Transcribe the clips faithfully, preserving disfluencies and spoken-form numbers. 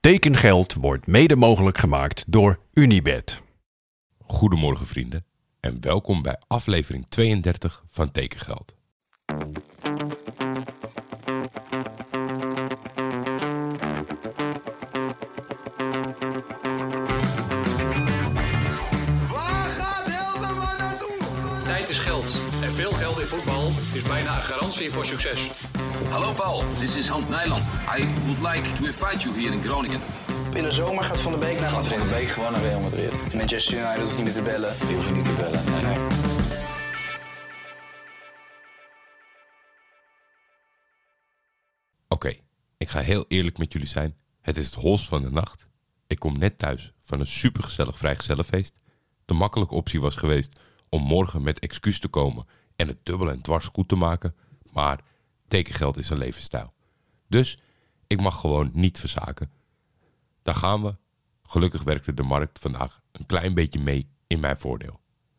Tekengeld wordt mede mogelijk gemaakt door Unibet. Goedemorgen vrienden en welkom bij aflevering tweeëndertig van Tekengeld. Tijd is geld. En veel geld in voetbal is bijna een garantie voor succes. Hallo Paul, this is Hans Nijland. I would like to invite you here in Groningen. In de zomer gaat Van der Beek naar Gaat Madrid. Van der Beek gewoon naar Real Madrid. Manchester United hoeft niet meer te bellen. Die hoeven niet te bellen. Nee, nee. Oké, okay, ik ga heel eerlijk met jullie zijn. Het is het holst van de nacht. Ik kom net thuis van een supergezellig vrijgezellenfeest. De makkelijke optie was geweest om morgen met excuus te komen en het dubbel en dwars goed te maken. Maar tekengeld is een levensstijl. Dus ik mag gewoon niet verzaken. Daar gaan we. Gelukkig werkte de markt vandaag een klein beetje mee in mijn voordeel.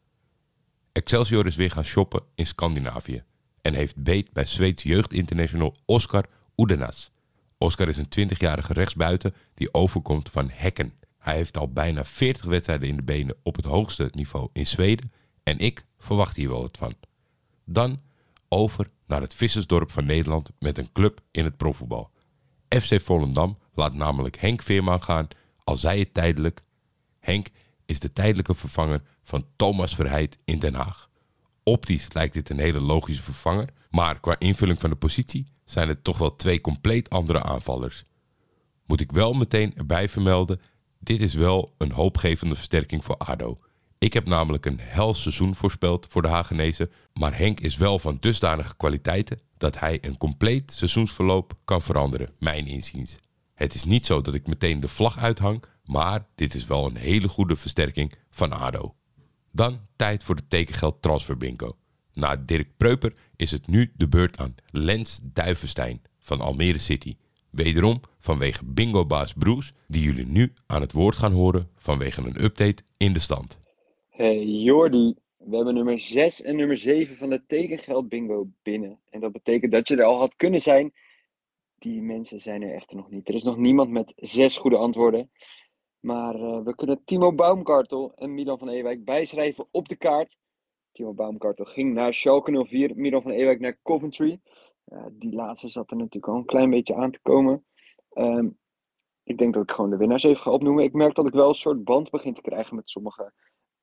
Excelsior is weer gaan shoppen in Scandinavië en heeft beet bij Zweeds jeugdinternational Oskar Udenas. Oskar is een twintigjarige rechtsbuiten die overkomt van Häcken. Hij heeft al bijna veertig wedstrijden in de benen op het hoogste niveau in Zweden en ik verwacht hier wel wat van. Dan over naar het vissersdorp van Nederland met een club in het profvoetbal. F C Volendam laat namelijk Henk Veerman gaan, al zij het tijdelijk. Henk is de tijdelijke vervanger van Thomas Verheid in Den Haag. Optisch lijkt dit een hele logische vervanger, maar qua invulling van de positie zijn het toch wel twee compleet andere aanvallers. Moet ik wel meteen erbij vermelden, dit is wel een hoopgevende versterking voor A D O. Ik heb namelijk een hels seizoen voorspeld voor de Hagenezen, maar Henk is wel van dusdanige kwaliteiten dat hij een compleet seizoensverloop kan veranderen, mijn inziens. Het is niet zo dat ik meteen de vlag uithang, maar dit is wel een hele goede versterking van A D O. Dan tijd voor de tekengeld transfer bingo. Na Dirk Preuper is het nu de beurt aan Lens Duivenstein van Almere City. Wederom vanwege bingobaas Broes, die jullie nu aan het woord gaan horen vanwege een update in de stand. Hey Jordi, we hebben nummer zes en nummer zeven van de tekengeld bingo binnen. En dat betekent dat je er al had kunnen zijn. Die mensen zijn er echter nog niet. Er is nog niemand met zes goede antwoorden. Maar uh, we kunnen Timo Baumgartel en Milan van Ewijk bijschrijven op de kaart. Timo Baumgartel ging naar Schalke nul vier, Milan van Ewijk naar Coventry. Uh, die laatste zat er natuurlijk al een klein beetje aan te komen. Um, ik denk dat ik gewoon de winnaars even ga opnoemen. Ik merk dat ik wel een soort band begin te krijgen met sommige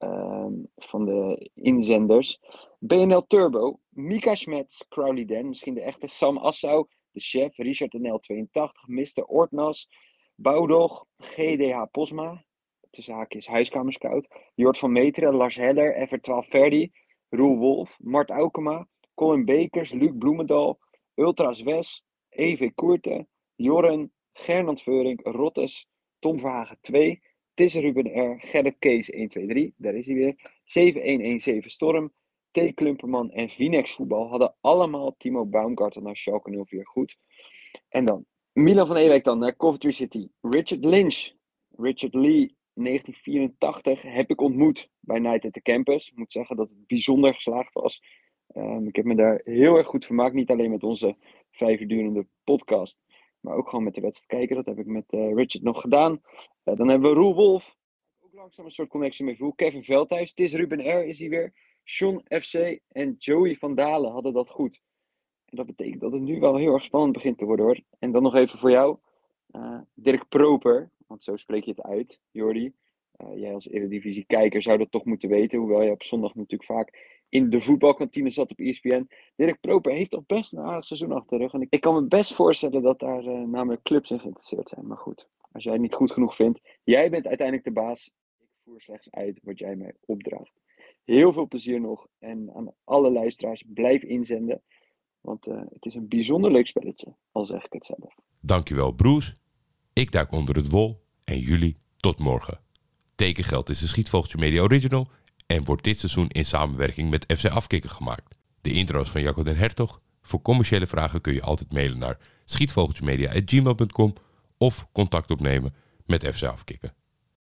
um, van de inzenders. B N L Turbo, Mika Schmetz, Crowley Dan, misschien de echte Sam Assau, de chef, Richard N L tweeëntachtig, mister Ortnas, Boudog, G D H Posma, tussen haakjes huiskamerscout, Jort van Meteren, Lars Heller, F R twaalf Verdi, Roel Wolf, Mart Aukema, Colin Bekers, Luc Bloemendal, Ultras Wes, E V Koerte, Jorren, Gernand Veurink, Rottes, Tom Verhagen twee, Tis Ruben R, Gerrit Kees een twee drie, daar is hij weer, zeven een een zeven Storm, T. Klumperman en Vinex Voetbal hadden allemaal Timo Baumgartel naar Schalke nul vier goed. En dan Milan van Ewijk dan naar Coventry City. Richard Lynch, Richard Lee, negentien vierentachtig, heb ik ontmoet bij Night at the Campus. Ik moet zeggen dat het bijzonder geslaagd was. Um, ik heb me daar heel erg goed vermaakt. Niet alleen met onze vijf uur durende podcast, maar ook gewoon met de wedstrijd kijken. Dat heb ik met uh, Richard nog gedaan. Uh, dan hebben we Roel Wolf. Ook langzaam een soort connectie met Roel. Kevin Veldhuis, Tis Ruben R is hij weer. Sean F C en Joey van Dalen hadden dat goed. En dat betekent dat het nu wel heel erg spannend begint te worden hoor. En dan nog even voor jou. Uh, Dirk Proper, want zo spreek je het uit, Jordi. Uh, jij als Eredivisie-kijker zou dat toch moeten weten. Hoewel je op zondag natuurlijk vaak in de voetbalkantine zat op E S P N. Dirk Proper heeft al best een aardig seizoen achter de rug. En ik, ik kan me best voorstellen dat daar uh, namelijk clubs in geïnteresseerd zijn. Maar goed, als jij het niet goed genoeg vindt. Jij bent uiteindelijk de baas. Ik voer slechts uit wat jij mij opdraagt. Heel veel plezier nog. En aan alle luisteraars, blijf inzenden. Want uh, het is een bijzonder leuk spelletje, al zeg ik het zelf. Dankjewel Broes. Ik duik onder het wol en jullie tot morgen. Tekengeld is de Schietvogeltje Media Original en wordt dit seizoen in samenwerking met F C Afkikken gemaakt. De intro's van Jacco den Hertog. Voor commerciële vragen kun je altijd mailen naar schietvogeltjemedia at gmail dot com of contact opnemen met F C Afkikken.